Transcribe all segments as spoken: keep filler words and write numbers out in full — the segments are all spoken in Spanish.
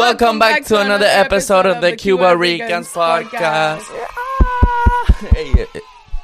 Welcome back to another episode of the Cuba Ricans Podcast. Ey, eh, eh,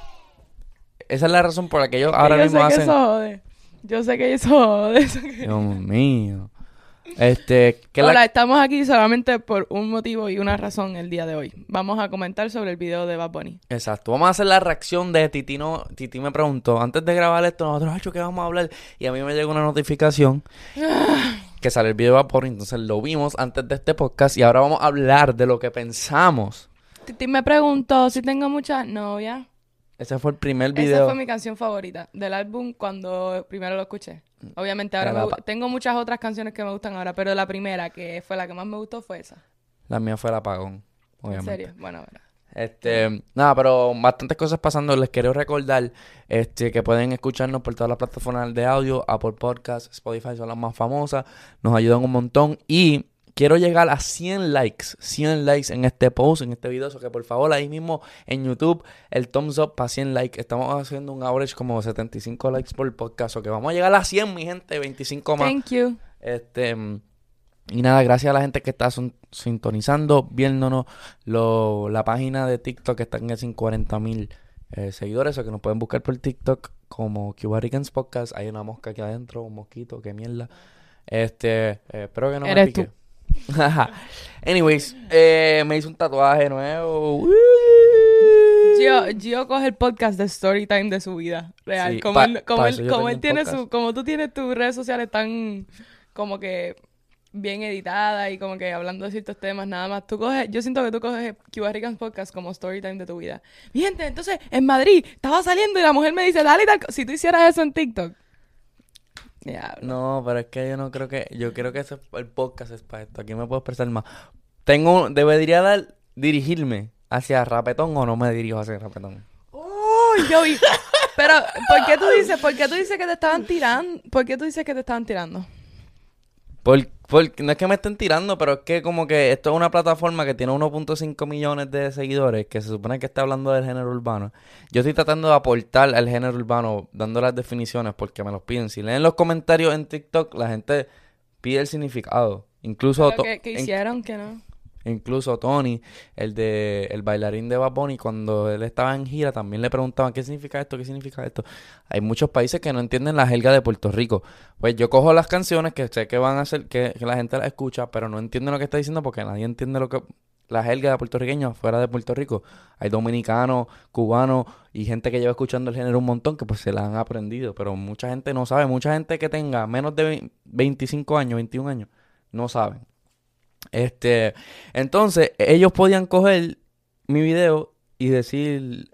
esa es la razón por la que ellos ahora yo mismo sé hacen. Que eso jode. Yo sé que eso jode. Dios mío. Este, ¿qué Hola, la... estamos aquí solamente por un motivo y una razón el día de hoy. Vamos a comentar sobre el video de Bad Bunny. Exacto, vamos a hacer la reacción de Titi. No, Titi me preguntó, antes de grabar esto, nosotros, "Acho, ¿qué vamos a hablar?" Y a mí me llegó una notificación que sale el video de Bad Bunny, entonces lo vimos antes de este podcast y ahora vamos a hablar de lo que pensamos. Titi me preguntó si tengo muchas novias. Ese fue el primer video. Esa fue mi canción favorita del álbum cuando primero lo escuché. Obviamente ahora me, pa- tengo muchas otras canciones que me gustan ahora, pero la primera, que fue la que más me gustó, fue esa. La mía fue el apagón, obviamente. ¿En serio? Bueno, bueno. Este, nada, pero bastantes cosas pasando. Les quiero recordar este, que pueden escucharnos por todas las plataformas de audio. Apple Podcasts, Spotify son las más famosas. Nos ayudan un montón. Y quiero llegar a cien likes. cien likes en este post, en este video. O que por favor, ahí mismo en YouTube, el thumbs up para cien likes. Estamos haciendo un average como setenta y cinco likes por podcast. O que vamos a llegar a cien, mi gente. veinticinco más. Thank you. Este... Y nada, gracias a la gente que está son- sintonizando, viéndonos lo, la página de TikTok que está en sin cuarenta mil eh, seguidores, o que nos pueden buscar por TikTok como Cuba Ricans Podcast. Hay una mosca aquí adentro, un mosquito, qué mierda. Este, eh, espero que no me Eres pique. Anyways, eh, me hice un tatuaje nuevo. Gio, Gio coge el podcast de Storytime de su vida real. Sí, como pa- él, como pa' él, eso yo como tengo él un tiene podcast. su, como tú tienes tus redes sociales tan como que bien editadas y como que hablando de ciertos temas, nada más. Tú coges, yo siento que tú coges Cuba Ricans Podcast como Storytime de tu vida. Mi gente, entonces en Madrid estaba saliendo y la mujer me dice, dale y tal. co-". Si tú hicieras eso en TikTok. Diablo. No, pero es que yo no creo que... Yo creo que ese, el podcast es para esto. Aquí me puedo expresar más. Tengo... Debería dar... Dirigirme hacia Rapetón o no me dirijo hacia Rapetón. Uy, yo vi. Pero, ¿por qué tú dices, por qué tú dices que te estaban tirando? ¿Por qué tú dices que te estaban tirando? Por, por- no es que me estén tirando, pero es que como que esto es una plataforma que tiene uno punto cinco millones de seguidores, que se supone que está hablando del género urbano. Yo estoy tratando de aportar al género urbano, dando las definiciones porque me los piden. Si leen los comentarios en TikTok, la gente pide el significado. Incluso... Pero to- que, que en- hicieron, que no. Incluso Tony, el de el bailarín de Bad Bunny, cuando él estaba en gira, también le preguntaban ¿qué significa esto? ¿Qué significa esto? Hay muchos países que no entienden la jerga de Puerto Rico. Pues yo cojo las canciones que sé que van a hacer, que, que la gente las escucha, pero no entiende lo que está diciendo porque nadie entiende lo que la jerga de puertorriqueños fuera de Puerto Rico. Hay dominicanos, cubanos y gente que lleva escuchando el género un montón que pues se la han aprendido, pero mucha gente no sabe. Mucha gente que tenga menos de veinticinco años, veintiún años, no saben. Este, entonces, ellos podían coger mi video y decir,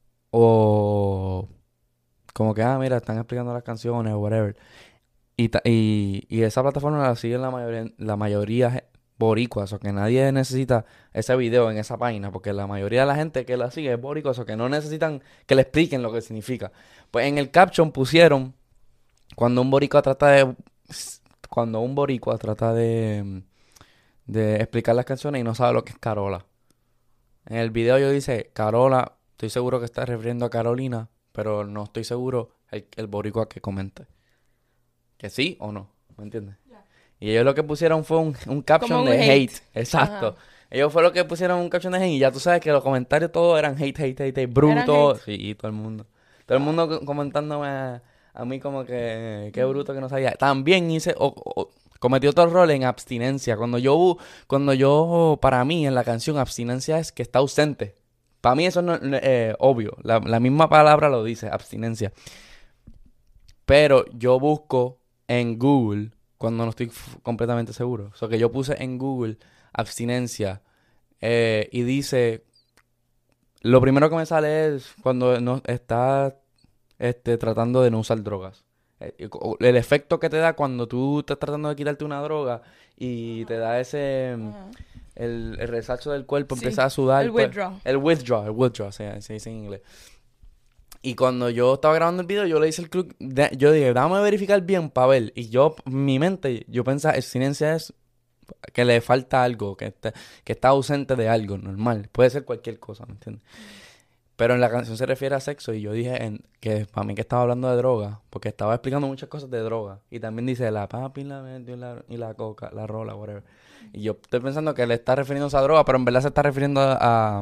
o como que, ah, mira, están explicando las canciones o whatever. Y, ta- y, y esa plataforma la siguen la mayoría, la mayoría ge- boricuas, o que nadie necesita ese video en esa página, porque la mayoría de la gente que la sigue es boricuas, o que no necesitan que le expliquen lo que significa. Pues en el caption pusieron, cuando un boricua trata de, cuando un boricua trata de de explicar las canciones y no sabe lo que es Carola. En el video yo dice, Carola, estoy seguro que está refiriendo a Carolina, pero no estoy seguro el, el boricua que comente. Que sí o no, ¿me entiendes? Ya. Y ellos lo que pusieron fue un, un caption Como un de hate. hate. Exacto. Ajá. Ellos fue lo que pusieron un caption de hate y ya tú sabes que los comentarios todos eran hate, hate, hate, hate, bruto. hate. Sí, y todo el mundo. Todo el mundo co- comentándome a, a mí como que qué bruto que no sabía. También hice... o- o- Cometí otro rol en abstinencia. Cuando yo, cuando yo, para mí, en la canción, abstinencia es que está ausente. Para mí eso no es eh, obvio. La, la misma palabra lo dice, abstinencia. Pero yo busco en Google, cuando no estoy f- completamente seguro. O sea, que yo puse en Google abstinencia eh, y dice... Lo primero que me sale es cuando no está este, tratando de no usar drogas. Eh, o- El efecto que te da cuando tú estás tratando de quitarte una droga y te da ese... Ajá. El, el resacho del cuerpo, Sí, empieza a sudar. el pues, withdrawal. el withdrawal, el withdrawal, se, se dice en inglés. Y cuando yo estaba grabando el video, yo le hice el clic, de- yo dije, dame verificar bien para ver. Y yo, mi mente, yo pensaba, abstinencia es que le falta algo, que está, que está ausente de algo, normal. Puede ser cualquier cosa, ¿me entiendes? Pero en la canción se refiere a sexo y yo dije en, que para mí que estaba hablando de droga, porque estaba explicando muchas cosas de droga. Y también dice la papi, la medio y la, y la coca, la rola, whatever. Y yo estoy pensando que le está refiriéndose a droga, pero en verdad se está refiriendo a, a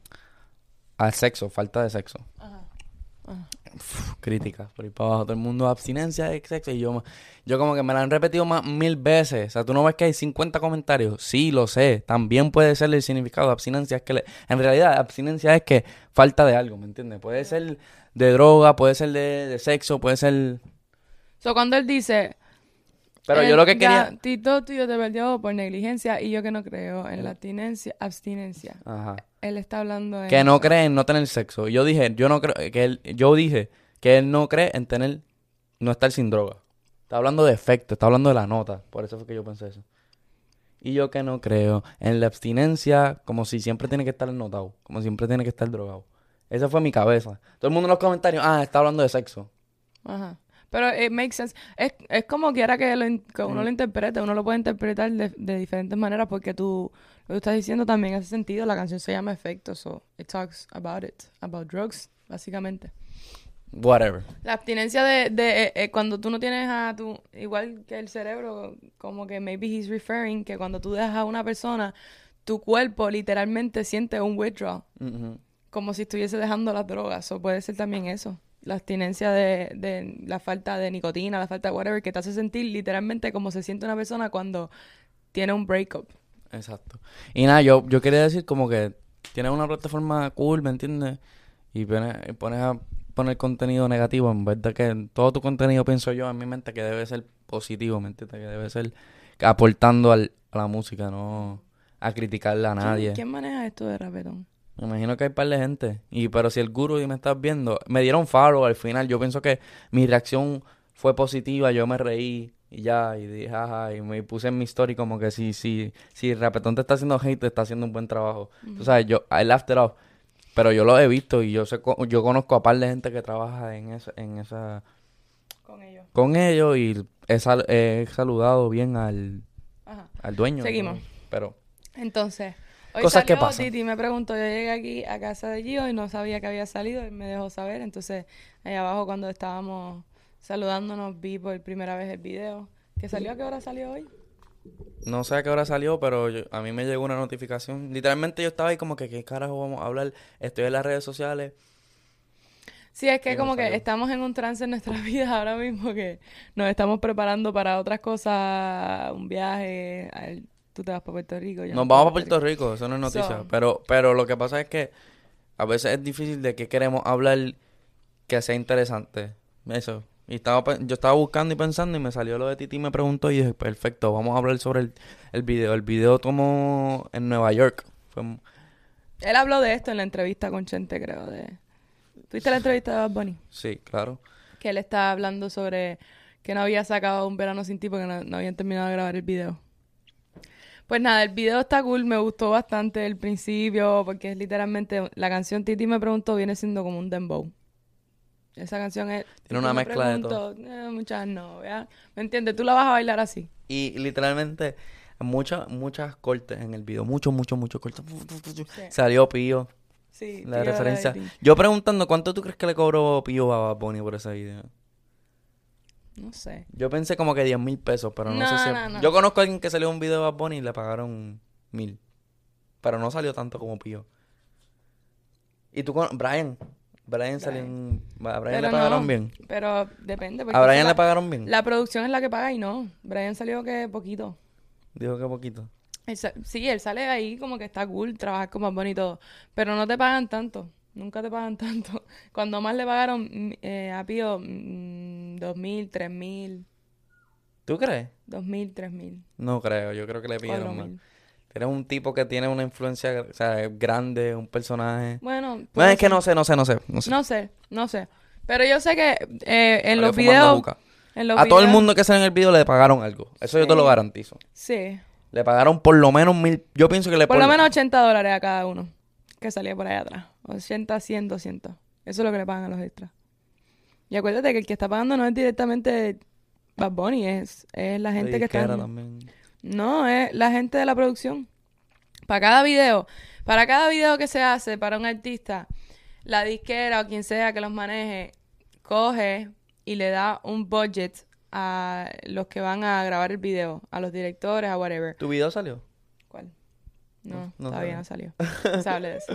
al sexo, falta de sexo. Ajá. Ajá. Uf, críticas por ahí para abajo, todo el mundo abstinencia de sexo y yo, yo como que me la han repetido más mil veces. O sea, tú no ves que hay cincuenta comentarios. Sí, lo sé, también puede ser el significado de abstinencia, es que le- en realidad abstinencia es que falta de algo, ¿me entiendes? Puede ser de droga, puede ser de, de sexo, puede ser... So, cuando él dice, Pero el yo lo que quería... gatito tuyo te perdió por negligencia y yo que no creo en la abstinencia, abstinencia. Ajá. Él está hablando de Que no eso. cree en no tener sexo. Y yo dije, yo no creo, que él, yo dije que él no cree en tener, no estar sin droga. Está hablando de efecto, está hablando de la nota. Por eso fue que yo pensé eso. Y yo que no creo en la abstinencia, como si siempre tiene que estar notado, como siempre tiene que estar drogado. Esa fue mi cabeza. Todo el mundo en los comentarios, ah, está hablando de sexo. Ajá. Pero it makes sense. Es, es como quiera que, lo in- que uno Mm. lo interprete. Uno lo puede interpretar de, de diferentes maneras porque tú lo que estás diciendo también hace sentido. La canción se llama Efecto, so it talks about it, about drugs, básicamente. Whatever. La abstinencia de, de eh, eh, cuando tú no tienes a tu, igual que el cerebro, como que maybe he's referring, que cuando tú dejas a una persona, tu cuerpo literalmente siente un withdrawal, Ujú. como si estuviese dejando las drogas, o puede ser también eso. La abstinencia de, de la falta de nicotina, la falta de whatever, que te hace sentir literalmente como se siente una persona cuando tiene un breakup. Exacto. Y nada, yo, yo quería decir como que tienes una plataforma cool, ¿me entiendes? Y pones, y pones a poner contenido negativo, en vez de que todo tu contenido, pienso yo, en mi mente, que debe ser positivo, ¿me entiendes? Que debe ser aportando al, a la música, no a criticarla a nadie. ¿Quién, quién maneja esto de rapetón? Me imagino que hay par de gente. Y pero si el guru y me estás viendo, me dieron follow al final. Yo pienso que mi reacción fue positiva, yo me reí y ya, y dije, jaja, y me puse en mi story como que si, si, si Rapetón te está haciendo hate, te está haciendo un buen trabajo. Tú sabes, yo, I laughed it off. Pero yo lo he visto y yo sé, co- yo conozco a par de gente que trabaja en esa, en esa, Con ellos. con ellos y he, sal- he saludado bien al, Ajá. al dueño. Seguimos. ¿no? Pero, Entonces, hoy Cosas que salió pasan. Titi me preguntó, yo llegué aquí a casa de Gio y no sabía que había salido, él me dejó saber, entonces ahí abajo cuando estábamos saludándonos vi por primera vez el video. ¿Que salió? ¿A qué hora salió hoy? no sé a qué hora salió, pero yo- a mí me llegó una notificación. Literalmente yo estaba ahí como que, ¿qué carajo vamos a hablar? Estoy en las redes sociales. Sí, es que Y me como que salió. estamos en un trance en nuestras vidas ahora mismo que nos estamos preparando para otras cosas, un viaje, al- tú te vas para Puerto Rico. yo Nos me vamos voy a Puerto Rico, eso no es noticia. So- Pero, pero lo que pasa es que a veces es difícil de qué queremos hablar que sea interesante. Eso. Y estaba, pe- yo estaba buscando y pensando y me salió lo de Titi y me preguntó y dije, perfecto, vamos a hablar sobre el, el video. El video tomó en Nueva York. Fue, m- Él habló de esto en la entrevista con Chente, creo. De... ¿Tuviste la entrevista de Bad Bunny? sí, claro. Que él estaba hablando sobre que no había sacado Un Verano Sin Ti porque no, no habían terminado de grabar el video. Pues nada, el video está cool, me gustó bastante el principio porque es literalmente, la canción Titi me preguntó viene siendo como un dembow. Esa canción es... Tiene Titi una me mezcla de todo. preguntó, eh, muchas no, ¿verdad? ¿Me entiendes? Tú la vas a bailar así. Y literalmente muchas, muchas cortes en el video. Muchos, muchos, muchos cortes. Sí. Salió Pío. Sí, La tío, referencia. de ti. Yo preguntando, ¿cuánto tú crees que le cobró Pío a Bad Bunny por ese video? No sé. Yo pensé como que diez mil pesos, pero no, No, sé si... no, no. Yo conozco a alguien que salió un video de Bad Bunny y le pagaron mil. Pero no salió tanto como Pío. Y tú con... Brian. Brian salió un... ¿A Brian Pero le pagaron no, bien? Pero depende. porque ¿A Brian si le la- pagaron bien? La producción es la que paga y no. Brian salió que poquito. Dijo que poquito. Él sa- sí, él sale ahí como que está cool, trabajar con Bad Bunny y todo. Pero no te pagan tanto. Nunca te pagan tanto. Cuando más le pagaron mm, eh, a Pío, mm, dos mil, tres mil, ¿Tú crees? dos mil, tres mil, No creo. Yo creo que le cuatro pidieron más. mil. Eres un tipo que tiene una influencia, o sea, es grande, un personaje. Bueno, Bueno, puede es que ser. no sé, no sé, no sé. No sé. No sé, no sé. Pero yo sé que eh, en Salió los fumando videos... juca. En los A todo el videos- mundo que sale en el video le pagaron algo. Eso yo te lo Sí. garantizo. Sí. Le pagaron por lo menos mil. Yo pienso que le Por lo menos ochenta dólares a cada uno que salía por ahí atrás. ochenta, cien, doscientos. Eso es lo que le pagan a los extras. Y acuérdate que el que está pagando no es directamente Bad Bunny, es, es la gente que está... en- también. No, es la gente de la producción. Para cada video, para cada video que se hace para un artista, la disquera o quien sea que los maneje coge y le da un budget a los que van a grabar el video, a los directores, a whatever. ¿Tu video salió? ¿Cuál? No, No, no todavía sabe. no salió. No se hable de eso.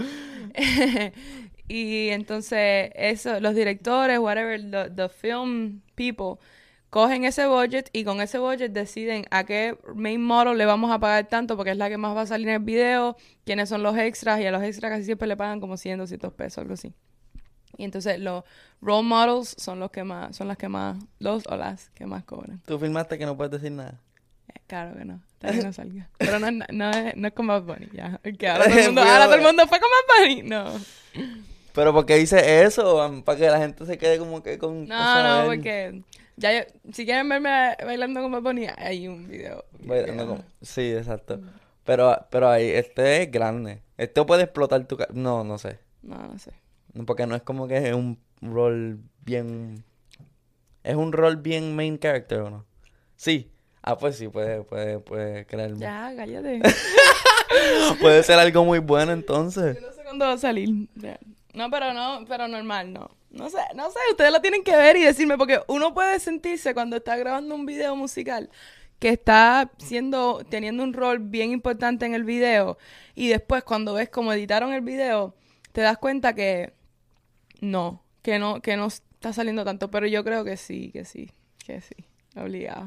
Y entonces, eso, los directores, whatever, the, the film people, cogen ese budget y con ese budget deciden a qué main model le vamos a pagar tanto porque es la que más va a salir en el video, quiénes son los extras, y a los extras casi siempre le pagan como cien, doscientos pesos, algo así. Y entonces los role models son los que más, son las que más, los o las que más cobran. ¿Tú filmaste que no puedes decir nada? Eh, claro que no, hasta que no salga. Pero no, es- no, es, no es con Bad Bunny, ya. Que ahora todo el mundo, ahora todo el mundo fue con Bad Bunny. No, ¿Pero por qué dice eso? Para que la gente se quede como que con... no, con saber. no, porque ya yo, si quieren verme bailando con Bad Bunny, hay un video. Bailando video. como- Sí, exacto. Pero, pero ahí, este es grande. Este puede explotar tu... ca- No, no sé. No, no sé. Porque no es como que es un rol bien... ¿Es un rol bien main character o no? Sí. Ah, pues sí, puede, puede, puede crear... Ya, cállate. Puede ser algo muy bueno entonces. Yo no sé cuándo va a salir. Ya. No, pero no, pero normal, no. No sé, no sé, ustedes lo tienen que ver y decirme, porque uno puede sentirse cuando está grabando un video musical que está siendo, teniendo un rol bien importante en el video, y después cuando ves cómo editaron el video, te das cuenta que no, que no, que no está saliendo tanto, pero yo creo que sí, que sí, que sí, obligado.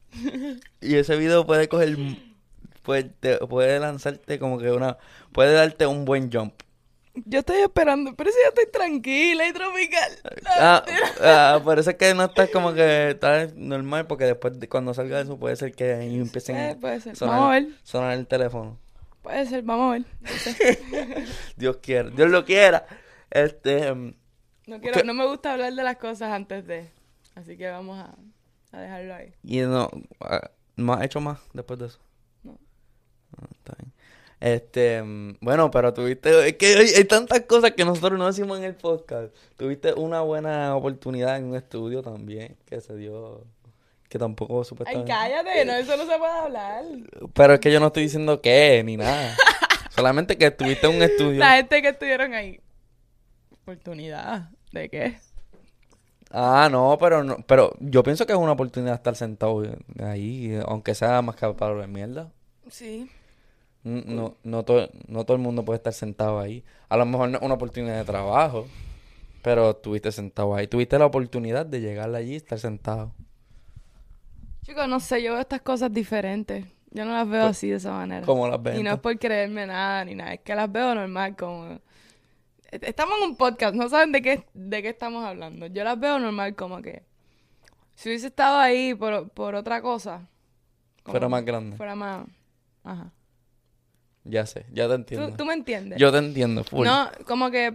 Y ese video puede coger... Puede, te- puede lanzarte como que una... Puede darte un buen jump. Yo estoy esperando, pero si yo estoy tranquila y tropical. Ah, ah, por eso es que no estás como que estás normal, porque después de- cuando salga eso puede ser que ahí empiecen Eh, a puede ser, sonar, vamos a ver, sonar el teléfono. puede ser, vamos a ver. No sé. Dios quiera, Dios lo quiera. Este, em, No quiero, ¿Qué? no me gusta hablar de las cosas antes de, así que vamos a, a dejarlo ahí. y no, ah, ¿no has hecho más después de eso? No. Ah, está bien. Este, em, bueno, pero tuviste, es que hay, hay tantas cosas que nosotros no decimos en el podcast. Tuviste una buena oportunidad en un estudio también, que se dio, que tampoco Ay, supuestamente. cállate, no, eso no se puede hablar. Pero es que yo no estoy diciendo qué, ni nada. Solamente que estuviste en un estudio. La gente que estuvieron ahí. ¿Oportunidad? ¿De qué? Ah, no, pero no, pero yo pienso que es una oportunidad estar sentado ahí, aunque sea más que para de mierda. Sí. Mm, No, no, todo, no todo el mundo puede estar sentado ahí. A lo mejor no es una oportunidad de trabajo, pero estuviste sentado ahí. Tuviste la oportunidad de llegar allí y estar sentado. Chicos, no sé, yo veo estas cosas diferentes. Yo no las veo Pues, así de esa manera. ¿Cómo las ves? Y no es por creerme nada ni nada, es que las veo normal como... Estamos en un podcast, no saben de qué, de qué estamos hablando. Yo las veo normal como que... Si hubiese estado ahí por, por otra cosa... como Fuera más grande. Fuera más... Ajá. Ya sé, ya te ¿Tú, entiendo. tú me entiendes? Yo te entiendo, full. No, No, como que...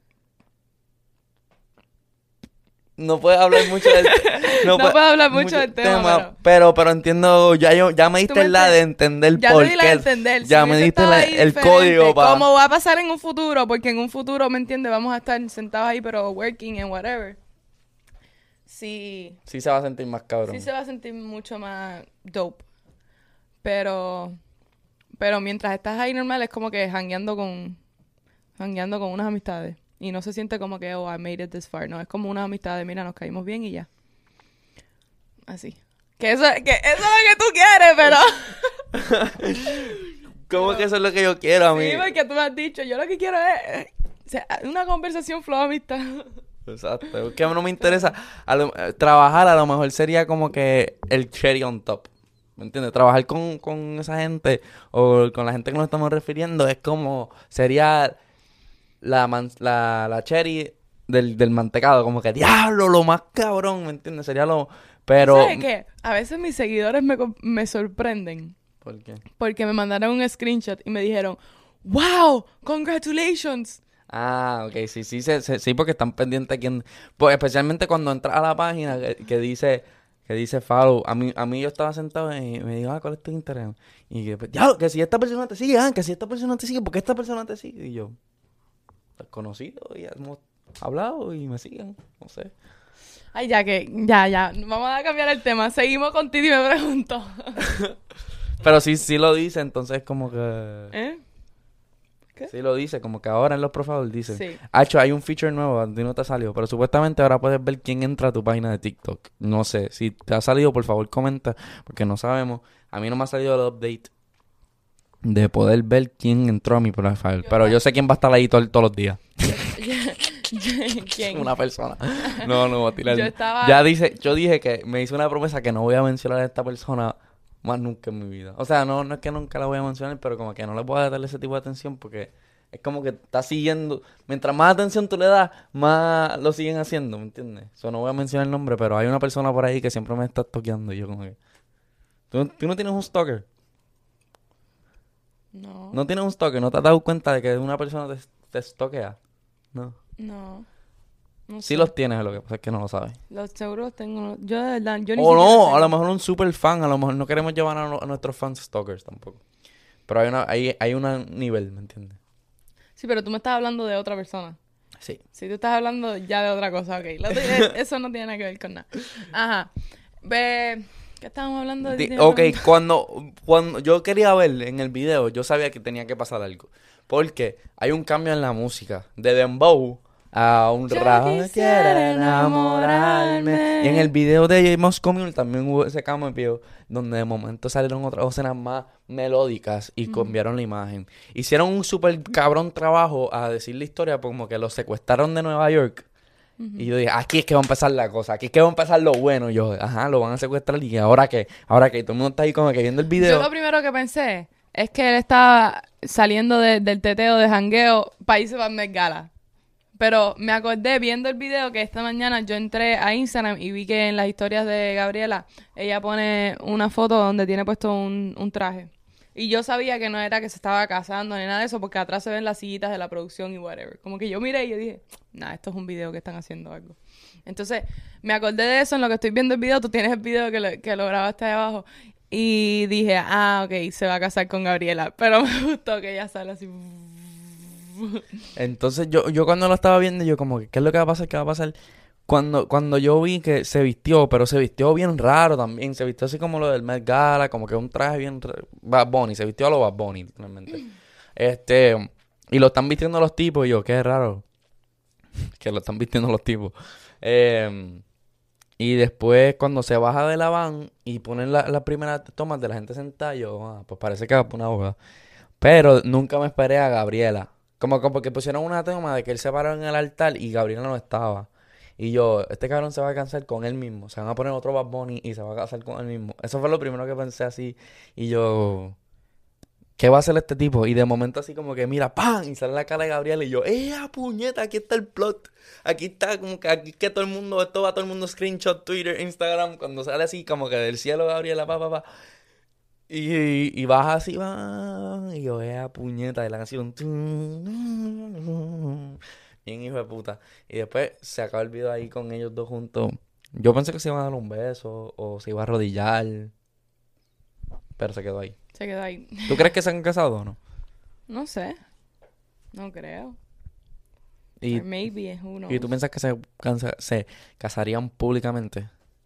puedes hablar mucho del No puedes- puedo hablar mucho del tema, pero... pero entiendo, ya yo, ya me diste me la de entiendes. entender Ya por te di la de qué. entender. Ya Si me hubiese diste estado la- ahí el diferente, código para... Como va a pasar en un futuro, porque en un futuro, ¿me entiendes? Vamos a estar sentados ahí, pero working and whatever. Sí, Sí se va a sentir más cabrón. sí se va a sentir mucho más dope. Pero, pero mientras estás ahí normal, es como que jangueando con, jangueando con unas amistades. Y no se siente como que, oh, I made it this far. No, es como unas amistades, mira, nos caímos bien y ya. Así. Que eso, que eso es lo que tú quieres, pero... ¿Cómo que eso es lo que yo quiero a mí? Sí, porque tú me has dicho, yo lo que quiero es... eh, o sea, una conversación flow amistad. Exacto. Es que a mí no me interesa. A lo- eh, trabajar a lo mejor sería como que el cherry on top. ¿Me entiendes? Trabajar con, con esa gente o con la gente que nos estamos refiriendo es como... Sería la, man- la, la cherry del, del mantecado. Como que, diablo, lo más cabrón, ¿me entiendes? Sería lo... Pero... ¿Sabes qué? A veces mis seguidores me, co- me sorprenden ¿Por qué? porque me mandaron un screenshot y me dijeron, wow, congratulations. Ah, ok, sí, sí, sí, sí, sí, porque están pendientes a quién... Pues especialmente cuando entras a la página que, que dice... Que dice follow. A mí, a mí yo estaba sentado y me dijo, ah, ¿cuál es tu Instagram? Y que, pues, diablo, que si esta persona te sigue, ah, que si esta persona te sigue, ¿por qué esta persona te sigue? Y yo, desconocido, y hemos hablado y me siguen, no sé. Ay, ya que, ya, ya, vamos a cambiar el tema. Seguimos contigo y me pregunto. Pero sí, sí lo dice, entonces como que... ¿Eh? ¿Qué? Sí, lo dice, como que ahora en los profiles dice. Sí. Hacho, hay un feature nuevo, a ti no te ha salido, pero supuestamente ahora puedes ver quién entra a tu página de TikTok. No sé, si te ha salido, por favor comenta, porque no sabemos. A mí no me ha salido el update de poder ver quién entró a mi profile, pero yo sé quién va a estar ahí todo- todos los días. ¿Quién? Una persona. No, no, voy a tirar. Yo estaba... Ya dice, yo dije que me hice una promesa que no voy a mencionar a esta persona más nunca en mi vida. O sea, no, no es que nunca la voy a mencionar, pero como que no le puedo darle ese tipo de atención porque es como que está siguiendo. Mientras más atención tú le das, más lo siguen haciendo, ¿me entiendes? O sea, no voy a mencionar el nombre, pero hay una persona por ahí que siempre me está toqueando y yo como que... ¿Tú, tú no tienes un stalker? No, ¿No tienes un stalker? ¿No te has dado cuenta de que una persona te, te stalkea? No. no, no Sí sé. los tienes, lo que pasa es que no lo sabes. Los seguros tengo... Yo de verdad, yo ni O siquiera no, tengo. a lo mejor un super fan, a lo mejor no queremos llevar a, no- a nuestros fans stalkers tampoco. Pero hay una, hay, hay un nivel, ¿me entiendes? Sí, pero tú me estás hablando de otra persona. Sí. Si tú estás hablando ya de otra cosa, ok. Lo tuyo- eso no tiene nada que ver con nada. Ajá. Ve... ¿Qué estábamos hablando? Di- de ok, cuando, cuando yo quería ver en el video, yo sabía que tenía que pasar algo. Porque hay un cambio en la música. De dembow a un Yo rap. quisiera Quiero enamorarme. enamorarme. Y en el video de James Communal también hubo ese cambio donde de momento salieron otras escenas más melódicas y cambiaron la imagen. Hicieron un súper cabrón trabajo a decir la historia como que los secuestraron de Nueva York. Y yo dije, aquí es que va a empezar la cosa, aquí es que va a empezar lo bueno. Y yo, ajá, lo van a secuestrar y ahora qué, ahora qué, todo el mundo está ahí como que viendo el video. Yo lo primero que pensé es que él estaba saliendo de- del teteo de jangueo para irse para el Met Gala. Pero me acordé viendo el video que esta mañana yo entré a Instagram y vi que en las historias de Gabriela ella pone una foto donde tiene puesto un, un traje. Y yo sabía que no era que se estaba casando ni nada de eso porque atrás se ven las sillitas de la producción y whatever. Como que yo miré y yo dije, nah, esto es un video que están haciendo algo. Entonces me acordé de eso en lo que estoy viendo el video. Tú tienes el video que lo, que lo grabaste ahí abajo. Y dije, ah, ok, se va a casar con Gabriela. Pero me gustó que ella sale así. Entonces yo, yo cuando lo estaba viendo, yo como que, ¿qué es lo que va a pasar? ¿Qué va a pasar? Cuando, cuando yo vi que se vistió, pero se vistió bien raro también, se vistió así como lo del Met Gala, como que un traje bien... ra- Bad Bunny, se vistió a lo Bad Bunny, literalmente. Este, y lo están vistiendo los tipos, y yo, qué raro que lo están vistiendo los tipos. Eh, y después cuando se baja de la van y ponen la- las primeras tomas de la gente sentada, yo, ah, pues parece que va por una boda. Pero nunca me esperé a Gabriela. Como, como porque pusieron una toma de que él se paró en el altar y Gabriela no estaba. Y yo, este cabrón se va a casar con él mismo. Se van a poner otro Bad Bunny y se va a casar con él mismo. Eso fue lo primero que pensé así. Y yo, ¿qué va a hacer este tipo? Y de momento así como que mira, ¡pam! Y sale la cara de Gabriela y yo, ¡eh, puñeta! Aquí está el plot. Aquí está como que aquí que todo el mundo, esto va todo el mundo screenshot, Twitter, Instagram. Cuando sale así como que del cielo Gabriela, pa, pa, pa. Y, y baja así, va. Y yo, ¡eh, puñeta! De la canción. Bien hijo de puta. Y después se acaba el video ahí con ellos dos juntos. Yo pensé que se iban a dar un beso o se iba a arrodillar. Pero se quedó ahí. Se quedó ahí. ¿Tú crees que se han casado o no? No sé. No creo. Y, Or maybe, who knows. ¿y tú piensas que se, cansa- se casarían públicamente?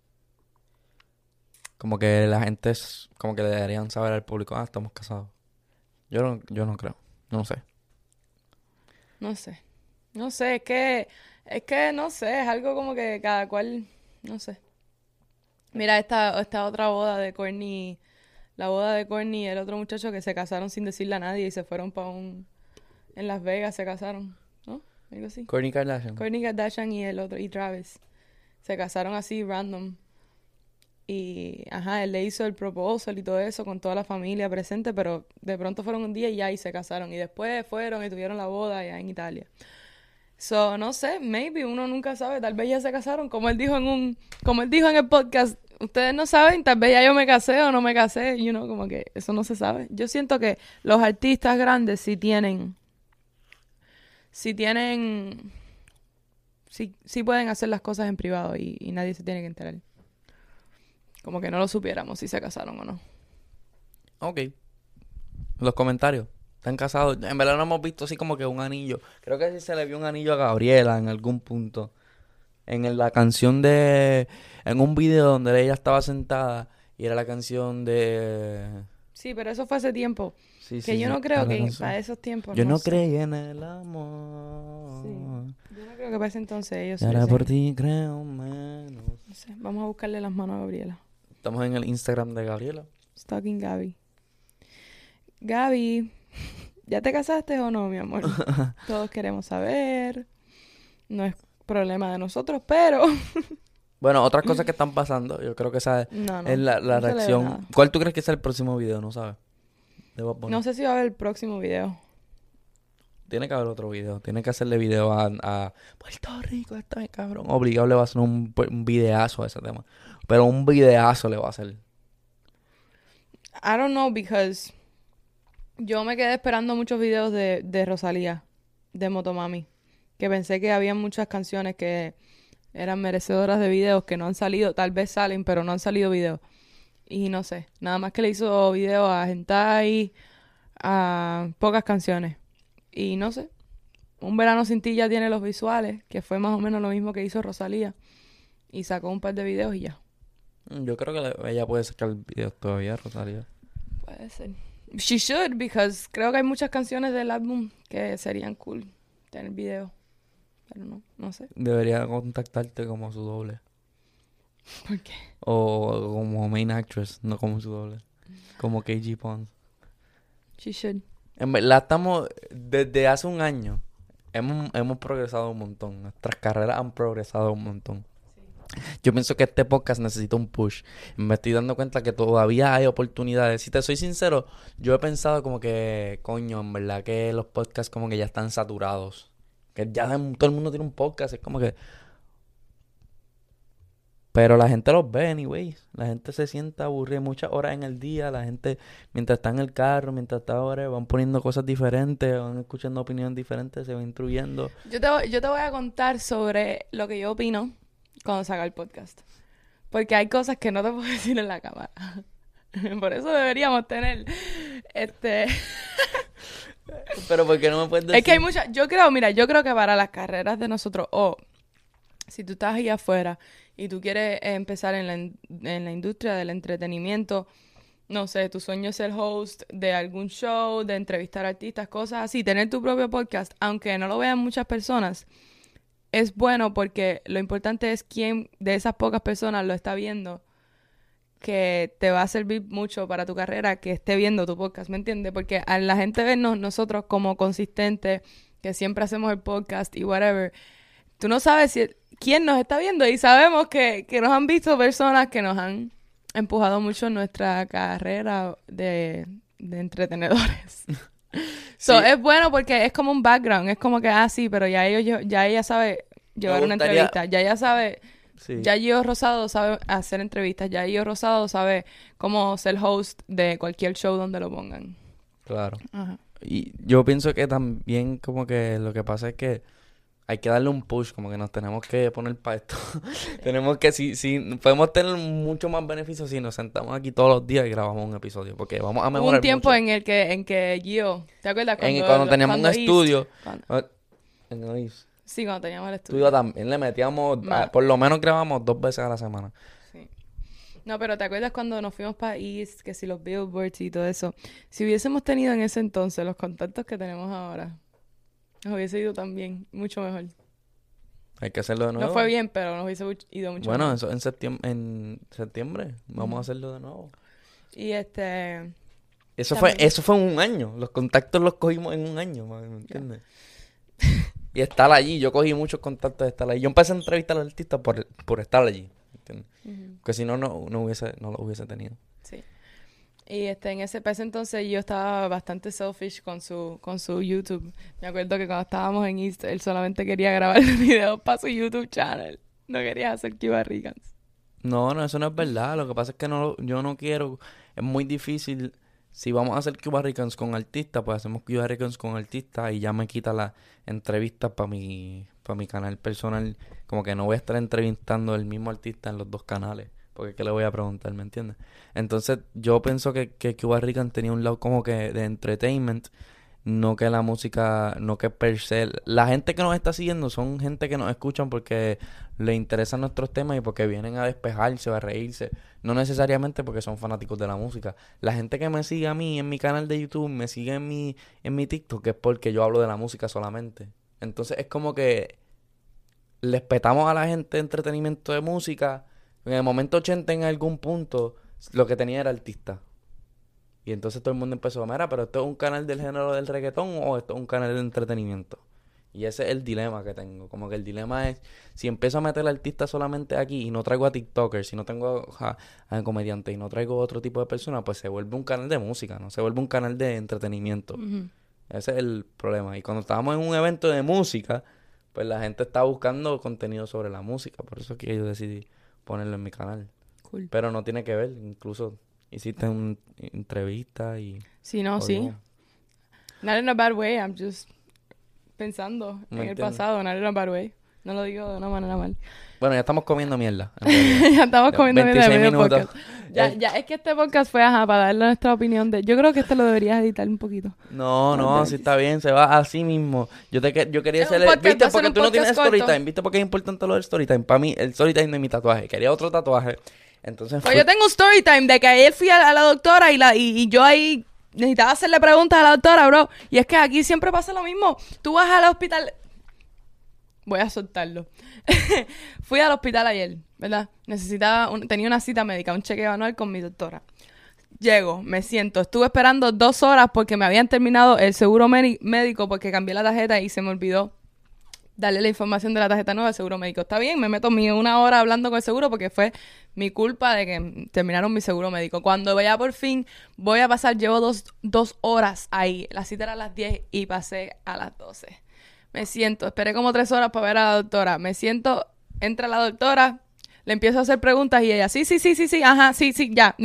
Como que la gente es, como que le deberían saber al público, ah, estamos casados. Yo no, yo no creo. No sé. No sé. No sé, es que, es que no sé, es algo como que cada cual, no sé. Mira esta, esta otra boda de Courtney, la boda de Courtney y el otro muchacho que se casaron sin decirle a nadie y se fueron para un, en Las Vegas se casaron, ¿no? Algo así. Kourtney Kardashian. Kourtney Kardashian y el otro, y Travis. Se casaron así, random. Y, ajá, él le hizo el proposal y todo eso con toda la familia presente, pero de pronto fueron un día y ya y se casaron. Y después fueron y tuvieron la boda allá en Italia. So, no sé, maybe, uno nunca sabe, tal vez ya se casaron, como él dijo en un, como él dijo en el podcast, ustedes no saben, tal vez ya yo me casé o no me casé, you know, como que eso no se sabe. Yo siento que los artistas grandes sí tienen, sí tienen, sí, sí pueden hacer las cosas en privado y, y nadie se tiene que enterar. Como que no lo supiéramos si se casaron o no. Ok. Los comentarios. Están casados. En verdad no hemos visto así como que un anillo. Creo que sí se le vio un anillo a Gabriela en algún punto. En el- la canción de... En un video donde ella estaba sentada y era la canción de... Sí, pero eso fue hace tiempo. Sí, Que sí, yo sí, no creo tienes que razón. para esos tiempos, Yo no no sé. creí en el amor. Sí. Yo no creo que para ese entonces ellos Y ahora hubiesen- por ti creo menos. no sé, vamos a buscarle las manos a Gabriela. Estamos en el Instagram de Gabriela. Stalking Gaby. Gaby, ¿ya te casaste o no, mi amor? Todos queremos saber. No es problema de nosotros, pero... Bueno, otras cosas que están pasando, yo creo que esa No, no. es la, la no se le ve reacción. nada. ¿Cuál tú crees que es el próximo video? No sabes. De Bad Bunny. No sé si va a haber el próximo video. Tiene que haber otro video. Tiene que hacerle video a, a Puerto Rico, está bien cabrón. Obligado le va a hacer un, un videazo a ese tema. Pero un videazo le va a hacer. I don't know, because yo me quedé esperando muchos videos de, de Rosalía, de Motomami, que pensé que había muchas canciones que eran merecedoras de videos que no han salido, tal vez salen, pero no han salido videos. Y no sé, nada más que le hizo video a Hentai, a pocas canciones. Y no sé, Un Verano Sin Ti ya tiene los visuales, que fue más o menos lo mismo que hizo Rosalía. Y sacó un par de videos y ya. Mm, Yo creo que le- ella puede sacar videos todavía, Rosalía. Puede ser. She should, because creo que hay muchas canciones del álbum que serían cool tener video. Pero no, no sé. Debería contactarte como su doble. ¿Por qué? O como main actress, no como su doble. Como K G Pons. She should. En verdad estamos, desde hace un año, hemos, hemos progresado un montón. Nuestras carreras han progresado un montón. Yo pienso que este podcast necesita un push. Me estoy dando cuenta que todavía hay oportunidades. Si te soy sincero, yo he pensado como que, coño, en verdad que los podcasts como que ya están saturados. Que ya todo el mundo tiene un podcast. Es como que... Pero la gente los ve, anyways. La gente se sienta aburrida muchas horas en el día. La gente, mientras está en el carro, mientras está ahora, van poniendo cosas diferentes, van escuchando opiniones diferentes, se van instruyendo. Yo te, voy- yo te voy a contar sobre lo que yo opino cuando salga el podcast. Porque hay cosas que no te puedo decir en la cámara. Por eso deberíamos tener este... Pero ¿por qué no me puedes decir? Es que hay muchas... Yo creo, mira, yo creo que para las carreras de nosotros, o si tú estás ahí afuera y tú quieres eh, empezar en la, in- en la industria del entretenimiento, no sé, tu sueño es ser host de algún show, de entrevistar artistas, cosas así, tener tu propio podcast, aunque no lo vean muchas personas, es bueno porque lo importante es quién de esas pocas personas lo está viendo, que te va a servir mucho para tu carrera, que esté viendo tu podcast, ¿me entiendes? Porque a la gente vernos nosotros como consistentes, que siempre hacemos el podcast y whatever, tú no sabes si quién nos está viendo y sabemos que, que nos han visto personas que nos han empujado mucho en nuestra carrera de, de entretenedores. So, Sí. es bueno porque es como un background, es como que, ah, sí, pero ya ellos, lle- ya ella sabe llevar una gustaría- entrevista, ya ella sabe, Sí. ya Gio Rosado sabe hacer entrevistas, ya Gio Rosado sabe cómo ser host de cualquier show donde lo pongan. Claro. Ajá. Y yo pienso que también como que lo que pasa es que hay que darle un push, como que nos tenemos que poner para esto. Tenemos que, si, si podemos tener mucho más beneficios si nos sentamos aquí todos los días y grabamos un episodio, porque vamos a Hubo mejorar un tiempo mucho. en el que, en que Gio, ¿te acuerdas? En- Cuando, cuando teníamos cuando un East- estudio, cuando- ah, en el East sí, cuando teníamos el estudio estudio. también le metíamos, Ma. ah, por lo menos grabamos dos veces a la semana. Sí. No, pero ¿te acuerdas cuando nos fuimos para East, que si los billboards y todo eso? Si hubiésemos tenido en ese entonces los contactos que tenemos ahora, nos hubiese ido también, mucho mejor. Hay que hacerlo de nuevo. No fue bien, pero nos hubiese much- ido mucho Bueno, mejor. eso en septiembre, en septiembre vamos Ujú. a hacerlo de nuevo. Y este... Eso fue, También. eso fue en un año. Los contactos los cogimos en un año, ¿me entiendes? Y estar allí, yo cogí muchos contactos de estar allí. Yo empecé a entrevistar a los artistas por, por estar allí, ¿entiendes? Ujú. Porque si no, no, no hubiese, no lo hubiese tenido. Sí. Y este, en ese, para ese entonces yo estaba bastante selfish con su, con su YouTube. Me acuerdo que cuando estábamos en East, él solamente quería grabar videos para su YouTube channel. No quería hacer Cuba Ricans. No, no, eso no es verdad. Lo que pasa es que no, yo no quiero. Es muy difícil. Si vamos a hacer Cuba Ricans con artistas, pues hacemos Cuba Ricans con artistas y ya me quita las entrevistas para mi, para mi canal personal. Como que no voy a estar entrevistando al mismo artista en los dos canales. Porque ¿qué le voy a preguntar? ¿Me entiendes? Entonces, yo pienso que, que Cuba Rican tenía un lado como que de entertainment No que la música, no que per se. La gente que nos está siguiendo son gente que nos escuchan porque le interesan nuestros temas y porque vienen a despejarse o a reírse. No necesariamente porque son fanáticos de la música. La gente que me sigue a mí en mi canal de YouTube, me sigue en mi, en mi TikTok, es porque yo hablo de la música solamente. Entonces es como que les petamos a la gente entretenimiento de música. En el momento ochenta, en algún punto, lo que tenía era artista. Y entonces todo el mundo empezó a mirar, pero ¿esto es un canal del género del reggaetón o esto es un canal de entretenimiento? Y ese es el dilema que tengo. Como que el dilema es, si empiezo a meter artistas solamente aquí y no traigo a TikTokers, si no tengo a, a comediantes y no traigo otro tipo de personas, pues se vuelve un canal de música, no se vuelve un canal de entretenimiento. Ujú. Ese es el problema. Y cuando estábamos en un evento de música, pues la gente estaba buscando contenido sobre la música. Por eso es que yo decidí ponerlo en mi canal. Cool. Pero no tiene que ver, incluso hiciste una entrevista y... Sí, no, sí. Oye, Not in a bad way, I'm just pensando ¿me en el entiendes? pasado, not in a bad way. No lo digo de una manera mal. Bueno, ya estamos comiendo mierda. en realidad. Ya estamos Ya, comiendo mierda de veintiséis medio minutos. podcast. Ya, Eh, ya, es que este podcast fue, ajá, para darle nuestra opinión de... Yo creo que este lo deberías editar un poquito. No, no, Bueno, si está bien, se va así mismo. Yo te que- yo quería Es un hacer... podcast, va ¿Viste? a ser Porque un tú no tienes podcast corto. storytime. ¿Viste por qué es importante lo del storytime? Para mí, el storytime de mi tatuaje. Quería otro tatuaje. Entonces Pues fui- yo tengo un story time de que ayer fui a, a la doctora y, la, y, y yo ahí necesitaba hacerle preguntas a la doctora, bro. Y es que aquí siempre pasa lo mismo. Tú vas al hospital... Voy a soltarlo. Fui al hospital ayer, ¿verdad? Necesitaba... un- tenía una cita médica, un chequeo anual con mi doctora. Llego, me siento. Estuve esperando dos horas porque me habían terminado el seguro medi- médico porque cambié la tarjeta y se me olvidó darle la información de la tarjeta nueva al seguro médico. Está bien, me meto mi una hora hablando con el seguro porque fue mi culpa de que terminaron mi seguro médico. Cuando ya por fin voy a pasar, llevo dos, dos horas ahí. La cita era a las diez y pasé a las doce. Me siento, esperé como tres horas para ver a la doctora. Me siento, entra la doctora, le empiezo a hacer preguntas y ella, sí, sí, sí, sí, sí, ajá, sí, sí, ya.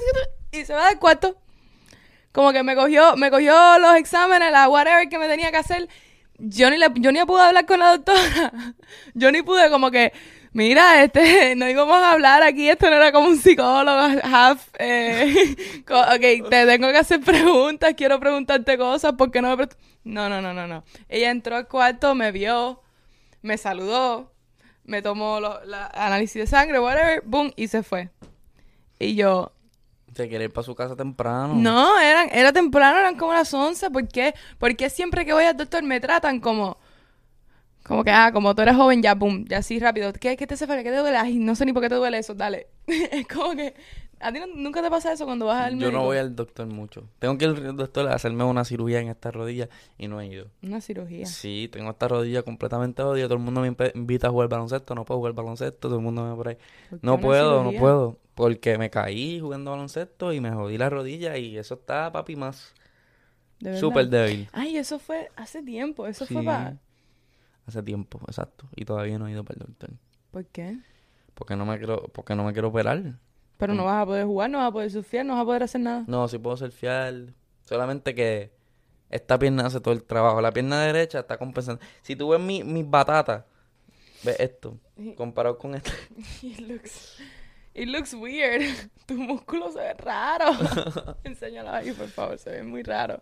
Y se va del cuarto. Como que me cogió, me cogió los exámenes, la whatever que me tenía que hacer. Yo ni, le, yo ni pude hablar con la doctora. Yo ni pude como que, mira, este, no íbamos a hablar aquí, esto no era como un psicólogo, half, eh, co- ok, te tengo que hacer preguntas, quiero preguntarte cosas, ¿por qué no me pre-? No, no, no, no, no. Ella entró al cuarto, me vio, me saludó, me tomó lo- la análisis de sangre, whatever, boom, y se fue. Y yo, Se quiere ir para su casa temprano. no, eran, era temprano, eran como las once. ¿Por qué? Porque siempre que voy al doctor me tratan como... Como que, ah, como tú eres joven, ya, pum, ya así rápido. ¿Qué, qué te hace falta? ¿Qué te duele? Ay, no sé ni por qué te duele eso, dale. Es como que... ¿A ti no- nunca te pasa eso cuando vas al Yo médico? no voy al doctor mucho. Tengo que ir al doctor a hacerme una cirugía en esta rodilla y no he ido. Una cirugía. Sí, tengo esta rodilla completamente jodida. Todo el mundo me impe- invita a jugar baloncesto. No puedo jugar baloncesto. Todo el mundo me ve por ahí. ¿Por qué No una puedo, no cirugía? puedo. Porque me caí jugando baloncesto y me jodí la rodilla y eso está, papi, más ¿De verdad? súper débil. Ay, eso fue hace tiempo. Eso Sí, fue para... hace tiempo, exacto. Y todavía no he ido para el doctor. ¿Por qué? Porque no me quiero, porque no me quiero operar. Pero no vas a poder jugar, no vas a poder surfear, no vas a poder hacer nada. No, sí puedo ser fiel. Solamente que esta pierna hace todo el trabajo. La pierna derecha está compensando. Si tú ves mi, mis batatas, ves esto, comparado con esto. It looks... It looks weird. Tu músculo se ve raro. Enséñalo ahí, por favor. Se ve muy raro.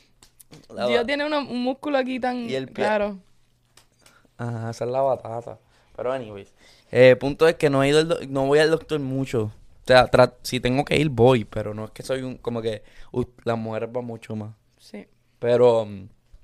La Dios ba- tiene uno- un músculo aquí tan Y el pie. claro. Ajá, esa es la batata. Pero anyways, eh, punto es que no he ido al do- no voy al doctor mucho. O sea, tra- si tengo que ir, voy, pero no es que soy un, como que uh, las mujeres van mucho más. Sí. Pero um,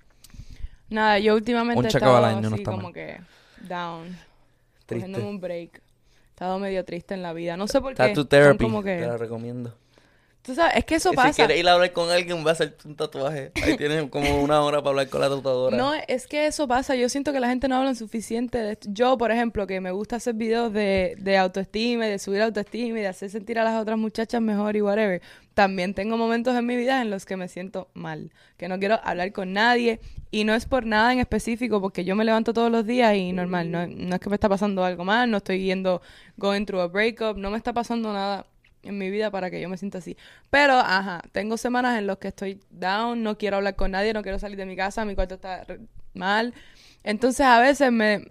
Nada, yo últimamente Un he chequeo al estado año no así está como mal. que down. Triste. Cogiéndome un break. He estado medio triste en la vida. No sé por qué. Tattoo Son therapy, como te que... la recomiendo. Tú sabes, es que eso Y si pasa. quieres ir a hablar con alguien, va a hacerte un tatuaje. Ahí tienes como una hora para hablar con la tatuadora. No, es que eso pasa. Yo siento que la gente no habla suficiente de esto. Yo, por ejemplo, que me gusta hacer videos de, de autoestima y de subir autoestima y de hacer sentir a las otras muchachas mejor y whatever. También tengo momentos en mi vida en los que me siento mal. Que no quiero hablar con nadie. Y no es por nada en específico, porque yo me levanto todos los días y normal. No, no es que me está pasando algo mal, no estoy yendo, going through a breakup. No me está pasando nada en mi vida para que yo me sienta así. Pero, ajá, tengo semanas en las que estoy down, no quiero hablar con nadie, no quiero salir de mi casa, mi cuarto está re- mal. Entonces, a veces me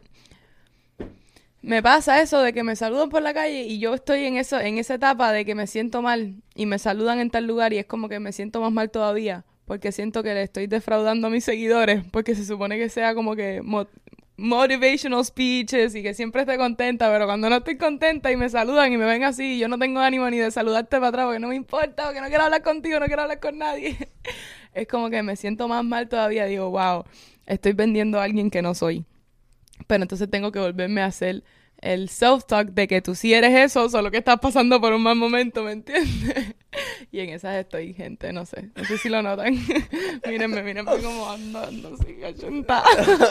me pasa eso de que me saludan por la calle y yo estoy en eso en esa etapa de que me siento mal y me saludan en tal lugar y es como que me siento más mal todavía porque siento que le estoy defraudando a mis seguidores, porque se supone que sea como que mo- motivational speeches y que siempre esté contenta, pero cuando no estoy contenta y me saludan y me ven así, yo no tengo ánimo ni de saludarte para atrás porque no me importa, porque no quiero hablar contigo, no quiero hablar con nadie. Es como que me siento más mal todavía, digo, wow, estoy vendiendo a alguien que no soy. Pero entonces tengo que volverme a hacer el self-talk de que tú sí eres eso, solo que estás pasando por un mal momento, ¿me entiendes? Y en esas estoy, gente, no sé. No sé si lo notan. Mírenme, mírenme cómo ando, ando así, achuntada.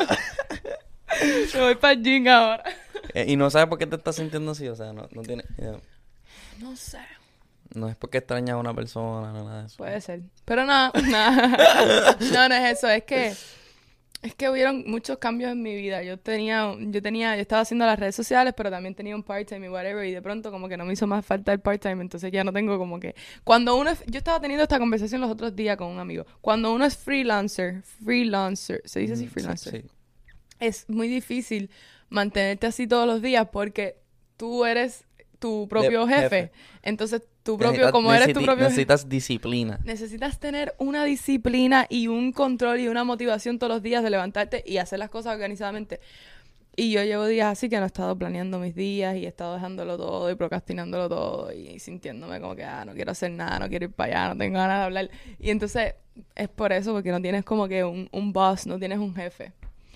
Me voy para el gym ahora. Eh, y no sabes por qué te estás sintiendo así, o sea, no, no tiene... eh, No sé. no es porque extrañas a una persona, no, nada de eso. Puede ser. Pero no, nada. No, no es eso, es que... Es que hubieron muchos cambios en mi vida. Yo tenía, yo tenía, yo estaba haciendo las redes sociales, pero también tenía un part-time y whatever, y de pronto como que no me hizo más falta el part-time, entonces ya no tengo como que... Cuando uno es... Yo estaba teniendo esta conversación los otros días con un amigo. Cuando uno es freelancer, freelancer, ¿se dice así Mm, freelancer? sí, sí. Es muy difícil mantenerte así todos los días porque tú eres tu propio De- jefe. jefe. Entonces, tu propio, Necesitas, como eres tu necesiti- propio jefe, necesitas disciplina. necesitas tener una disciplina y un control y una motivación todos los días de levantarte y hacer las cosas organizadamente. Y yo llevo días así que no he estado planeando mis días y he estado dejándolo todo y procrastinándolo todo y sintiéndome como que, ah, no quiero hacer nada, no quiero ir para allá, no tengo ganas de hablar. Y entonces es por eso, porque no tienes como que un, un boss, no tienes un jefe.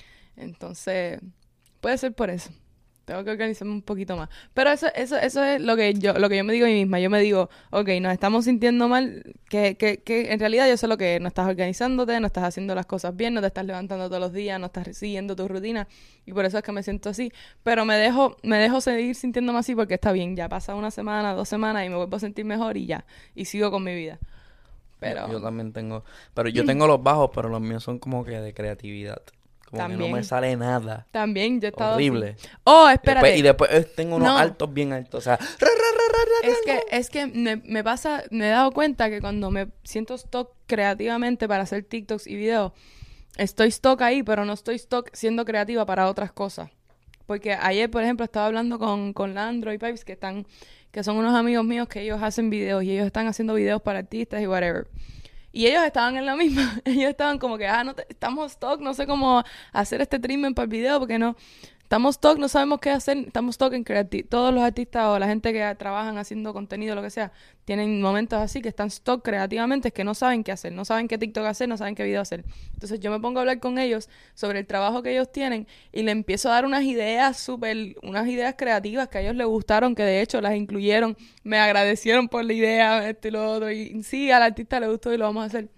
Entonces, puede ser por eso. Tengo que organizarme un poquito más. Pero eso, eso, eso es lo que yo, lo que yo me digo a mí misma. Yo me digo, ok, nos estamos sintiendo mal, que, que, que en realidad yo sé lo que es. No estás organizándote, no estás haciendo las cosas bien, no te estás levantando todos los días, no estás siguiendo tu rutina. Y por eso es que me siento así. Pero me dejo, me dejo seguir sintiéndome así porque está bien. Ya pasa una semana, dos semanas y me vuelvo a sentir mejor y ya. Y sigo con mi vida. Pero Yo, yo también tengo... Pero yo tengo los bajos, pero los míos son como que de creatividad. Como que no También. me sale nada. también yo he estado así. Horrible. Oh, Después- espérate. y después eh, tengo unos No. altos bien altos. O sea... ra, ra, ra, ra, ra, Es que, es que me, me pasa, me he dado cuenta que cuando me siento stock creativamente para hacer TikToks y videos, estoy stock ahí, pero no estoy stock siendo creativa para otras cosas. Porque ayer, por ejemplo, estaba hablando con, con Landro y Pipes, que están, que son unos amigos míos que ellos hacen videos y ellos están haciendo videos para artistas y whatever. Y ellos estaban en la misma. Ellos estaban como que, ah, no te- estamos stock, no sé cómo hacer este treatment para el video, porque no... Estamos stock, no sabemos qué hacer, estamos stock en creatividad. Todos los artistas o la gente que trabajan haciendo contenido, lo que sea, tienen momentos así que están stock creativamente, es que no saben qué hacer, no saben qué TikTok hacer, no saben qué video hacer. Entonces yo me pongo a hablar con ellos sobre el trabajo que ellos tienen y le empiezo a dar unas ideas súper, unas ideas creativas que a ellos les gustaron, que de hecho las incluyeron, me agradecieron por la idea, esto y lo otro, y sí, al artista le gustó y lo vamos a hacer.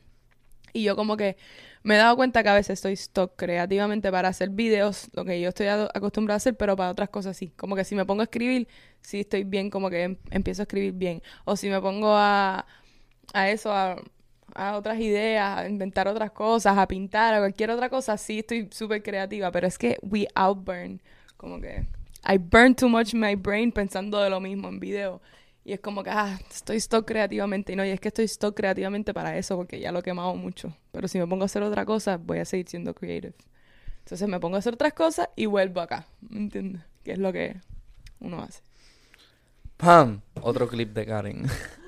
Y yo como que me he dado cuenta que a veces estoy stock creativamente para hacer videos, lo que yo estoy a- acostumbrada a hacer, pero para otras cosas sí. Como que si me pongo a escribir, sí estoy bien, como que em- empiezo a escribir bien. O si me pongo a, a eso, a, a otras ideas, a inventar otras cosas, a pintar, a cualquier otra cosa, sí estoy súper creativa. Pero es que we outburn, como que I burn too much my brain pensando de lo mismo en video. Y es como que, ah, estoy stock creativamente. Y no, y es que estoy stock creativamente para eso, porque ya lo he quemado mucho. Pero si me pongo a hacer otra cosa, voy a seguir siendo creative. Entonces me pongo a hacer otras cosas y vuelvo acá. ¿Me entiendes? Que es lo que uno hace. ¡Pam! Otro clip de Karen.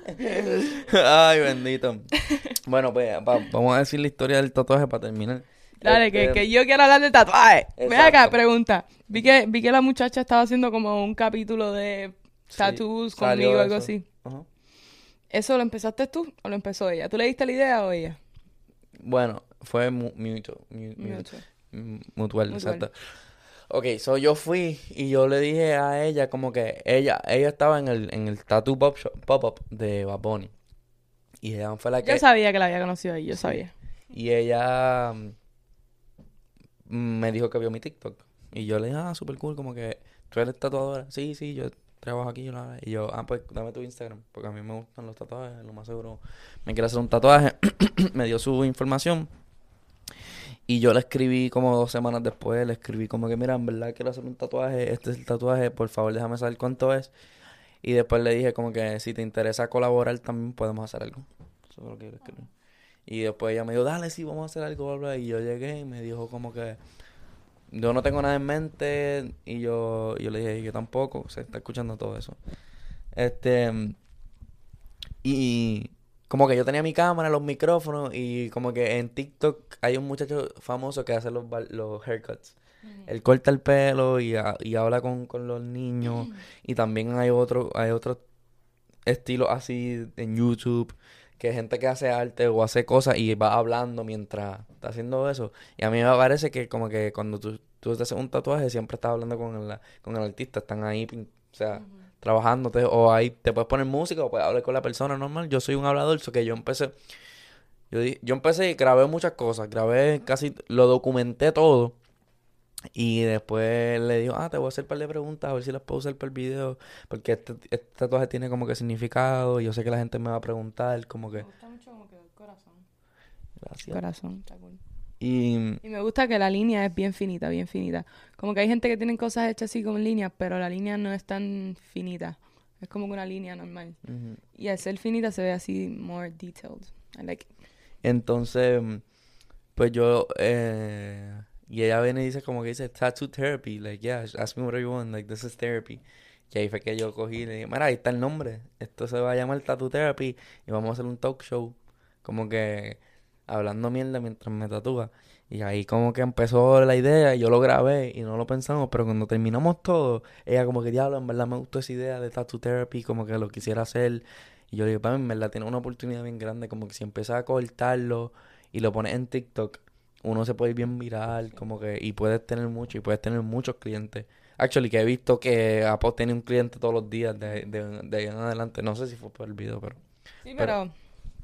Ay, bendito. Bueno, pues va- vamos a decir la historia del tatuaje para terminar. Dale, que, Este, que yo quiero hablar de tatuaje. Ven acá, Exacto. pregunta. Vi que, vi que la muchacha estaba haciendo como un capítulo de sí, tattoos salió conmigo, algo eso. así. Ajá. ¿Eso lo empezaste tú o lo empezó ella? ¿Tú le diste la idea o ella? Bueno, fue mu- mutual. mu- mu- Mutual. mm, Mutual, Mutual. exacto. Ok, so yo fui y yo le dije a ella como que ella ella estaba en el, en el tattoo pop shop- pop-up de Bad Bunny. Y ella fue la que... Yo sabía que la había conocido ahí, yo Sí. sabía. Y ella mm, me dijo que vio mi TikTok. Y yo le dije, ah, súper cool, como que tú eres tatuadora. Sí, sí, yo trabajo aquí. Yo la... Y yo, ah, pues dame tu Instagram, porque a mí me gustan los tatuajes, lo más seguro me quiere hacer un tatuaje. Me dio su información. Y yo le escribí como dos semanas después, le escribí como que, mira, en verdad quiero hacer un tatuaje, este es el tatuaje, por favor déjame saber cuánto es. Y después le dije como que si te interesa colaborar también podemos hacer algo. Eso es lo que yo le escribí. Y después ella me dijo, dale, sí, vamos a hacer algo, bla, bla. Y yo llegué y me dijo como que yo no tengo nada en mente. Y yo, yo le dije, yo tampoco, se está escuchando todo eso. Este, y como que yo tenía mi cámara, los micrófonos y como que en TikTok hay un muchacho famoso que hace los, bar- los haircuts. Ujú. Él corta el pelo y, ha- y habla con, con los niños y también hay otro, hay otro estilo así en YouTube que hay gente que hace arte o hace cosas y va hablando mientras está haciendo eso. Y a mí me parece que como que cuando tú, tú te haces un tatuaje siempre estás hablando con el, con el artista, están ahí, pin- o sea, Ujú. trabajándote o ahí te puedes poner música o puedes hablar con la persona normal. Yo soy un hablador, so que yo empecé, yo, di- yo empecé y grabé muchas cosas, grabé casi, lo documenté todo. Y después le dijo, ah, te voy a hacer un par de preguntas a ver si las puedo usar para el video. Porque este, este tatuaje tiene como que significado. Y yo sé que la gente me va a preguntar, como Me que, gusta mucho como que el corazón. gracias. Corazón, está cool. Y Y me gusta que la línea es bien finita, bien finita. Como que hay gente que tienen cosas hechas así como líneas, pero la línea no es tan finita. Es como que una línea normal. ujú. Y al ser finita se ve así more detailed. I like it. Entonces, mm, pues yo, eh, y ella viene y dice como que dice, tattoo therapy. Like, yeah, ask me whatever you want. Like, this is therapy. Y ahí fue que yo cogí y le dije, mira, ahí está el nombre. Esto se va a llamar Tattoo Therapy y vamos a hacer un talk show. Como que hablando mierda mientras me tatúa. Y ahí como que empezó la idea y yo lo grabé y no lo pensamos, pero cuando terminamos todo, ella como que, diablo, en verdad me gustó esa idea de Tattoo Therapy, como que lo quisiera hacer. Y yo le digo, "Pam, en verdad tiene una oportunidad bien grande, como que si empiezas a cortarlo y lo pones en TikTok, uno se puede ir bien viral, como que, y puedes tener mucho, y puedes tener muchos clientes. Actually, que he visto que Apple tiene un cliente todos los días de, de, de ahí en adelante. No sé si fue por el video, pero... Sí, pero pero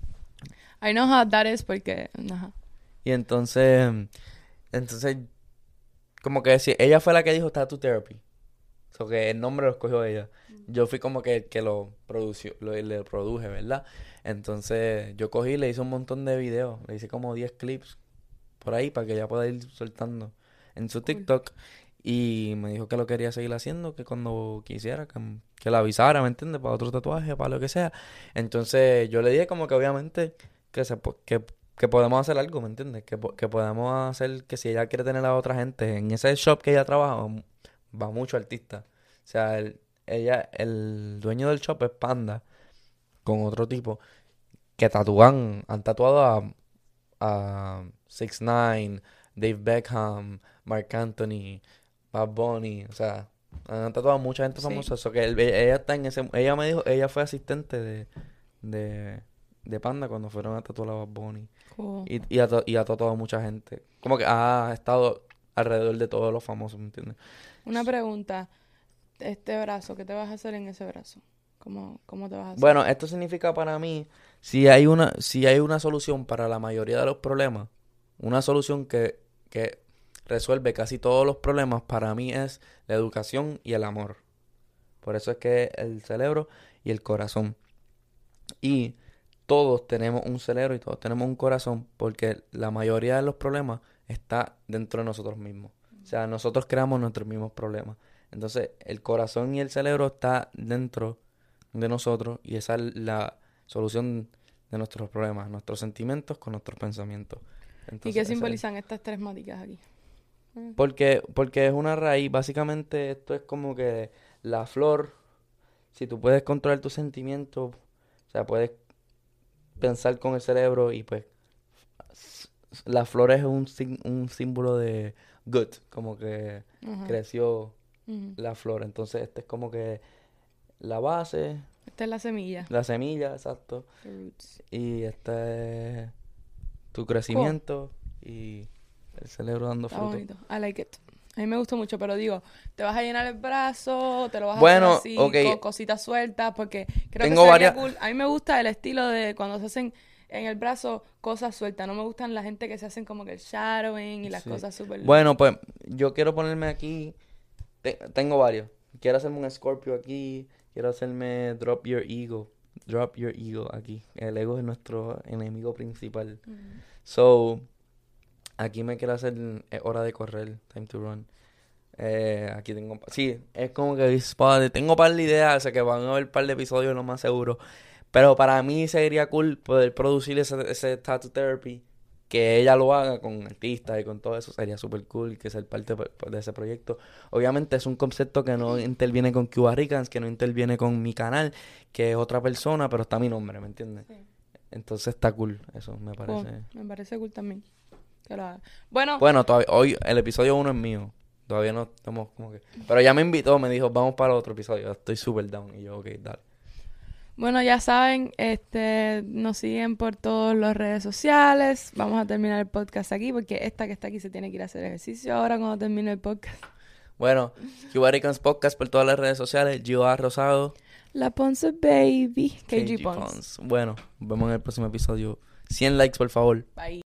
I know how that is porque... Ajá. y entonces, entonces, como que si ella fue la que dijo Tattoo Therapy. So que el nombre lo escogió ella. Yo fui como que el que lo produció, lo, le produje, ¿verdad? Entonces, yo cogí y le hice un montón de videos. Le hice como diez clips por ahí para que ella pueda ir soltando en su Cool. TikTok. Y me dijo que lo quería seguir haciendo, que cuando quisiera, que, que la avisara, ¿me entiendes? Para otro tatuaje, para lo que sea. Entonces yo le dije como que obviamente que se po- que, que podemos hacer algo, ¿me entiendes? Que, po- que podemos hacer que si ella quiere tener a otra gente en ese shop que ella trabaja, va va mucho artista. O sea, el- ella, el dueño del shop es Panda, con otro tipo, que tatúan, han tatuado a a six ix Dave Beckham, Mark Anthony, Bad Bunny, o sea, han tatuado a mucha gente Sí. famosa. Eso que él- ella está en ese, ella me dijo, ella fue asistente de, de, de Panda cuando fueron a tatuar a Bad Bunny. Cool. Y, y, ha, ta- y ha tatuado a mucha gente. Como que ha estado alrededor de todos los famosos, ¿me entiendes? Una pregunta. Este brazo, ¿qué te vas a hacer en ese brazo? ¿Cómo, cómo te vas a hacer? Bueno, esto significa para mí, si hay una, si hay una solución para la mayoría de los problemas, una solución que, que resuelve casi todos los problemas, para mí es la educación y el amor. Por eso es que el cerebro y el corazón. Y todos tenemos un cerebro y todos tenemos un corazón, porque la mayoría de los problemas está dentro de nosotros mismos. O sea, nosotros creamos nuestros mismos problemas. Entonces, el corazón y el cerebro está dentro de nosotros y esa es la solución de nuestros problemas, nuestros sentimientos con nuestros pensamientos. ¿Y Entonces, qué ese es- simbolizan estas tres máticas aquí? Mm. porque, porque es una raíz, básicamente esto es como que la flor, si tú puedes controlar tus sentimientos, o sea, puedes pensar con el cerebro y pues s- s- la flor es un, sim- un símbolo de good, como que Ajá. creció Ujú. la flor. Entonces, este es como que la base, Esta es la semilla. la semilla, exacto. The roots. Y este es tu Cool. crecimiento y el cerebro dando Está fruto. bonito. I like it. A mí me gustó mucho, pero digo, ¿te vas a llenar el brazo? ¿Te lo vas a Bueno, hacer así ok, con cositas sueltas? Porque creo que tengo sería varias... cool. A mí me gusta el estilo de cuando se hacen en el brazo cosas sueltas. No me gustan la gente que se hacen como que el shadowing y las Sí. cosas súper... Bueno, pues yo quiero ponerme aquí. te- tengo varios. Quiero hacerme un Scorpio aquí. Quiero hacerme Drop Your Ego. Drop Your Ego aquí. El ego es nuestro enemigo principal. Mm. So, aquí me quiero hacer. Es hora de correr. Time to run. Eh, aquí tengo. Sí, es como que spot, tengo un par de ideas. O sea que van a haber un par de episodios, lo más seguro. Pero para mí sería cool poder producir ese, ese tattoo therapy. Que ella lo haga con artistas y con todo eso. Sería súper cool que sea parte de, de ese proyecto. Obviamente es un concepto que no interviene con Cuba Ricans, que no interviene con mi canal, que es otra persona, pero está mi nombre, ¿me entiendes? Sí. Entonces está cool, eso me parece. Cool. Me parece cool también. Que lo haga. Bueno, Bueno, todavía, hoy el episodio uno es mío. Todavía no estamos como que... Pero ya me invitó, me dijo, vamos para otro episodio. Estoy súper down. Y yo, ok, dale. bueno, ya saben, este, nos siguen por todas las redes sociales. Vamos a terminar el podcast aquí porque esta que está aquí se tiene que ir a hacer ejercicio ahora cuando termine el podcast. Bueno, Cuba Ricans Podcast por todas las redes sociales. Gio A. Rosado. La Ponce Baby. K G K G Pons. Pons. Bueno, nos vemos en el próximo episodio. cien likes, por favor. Bye.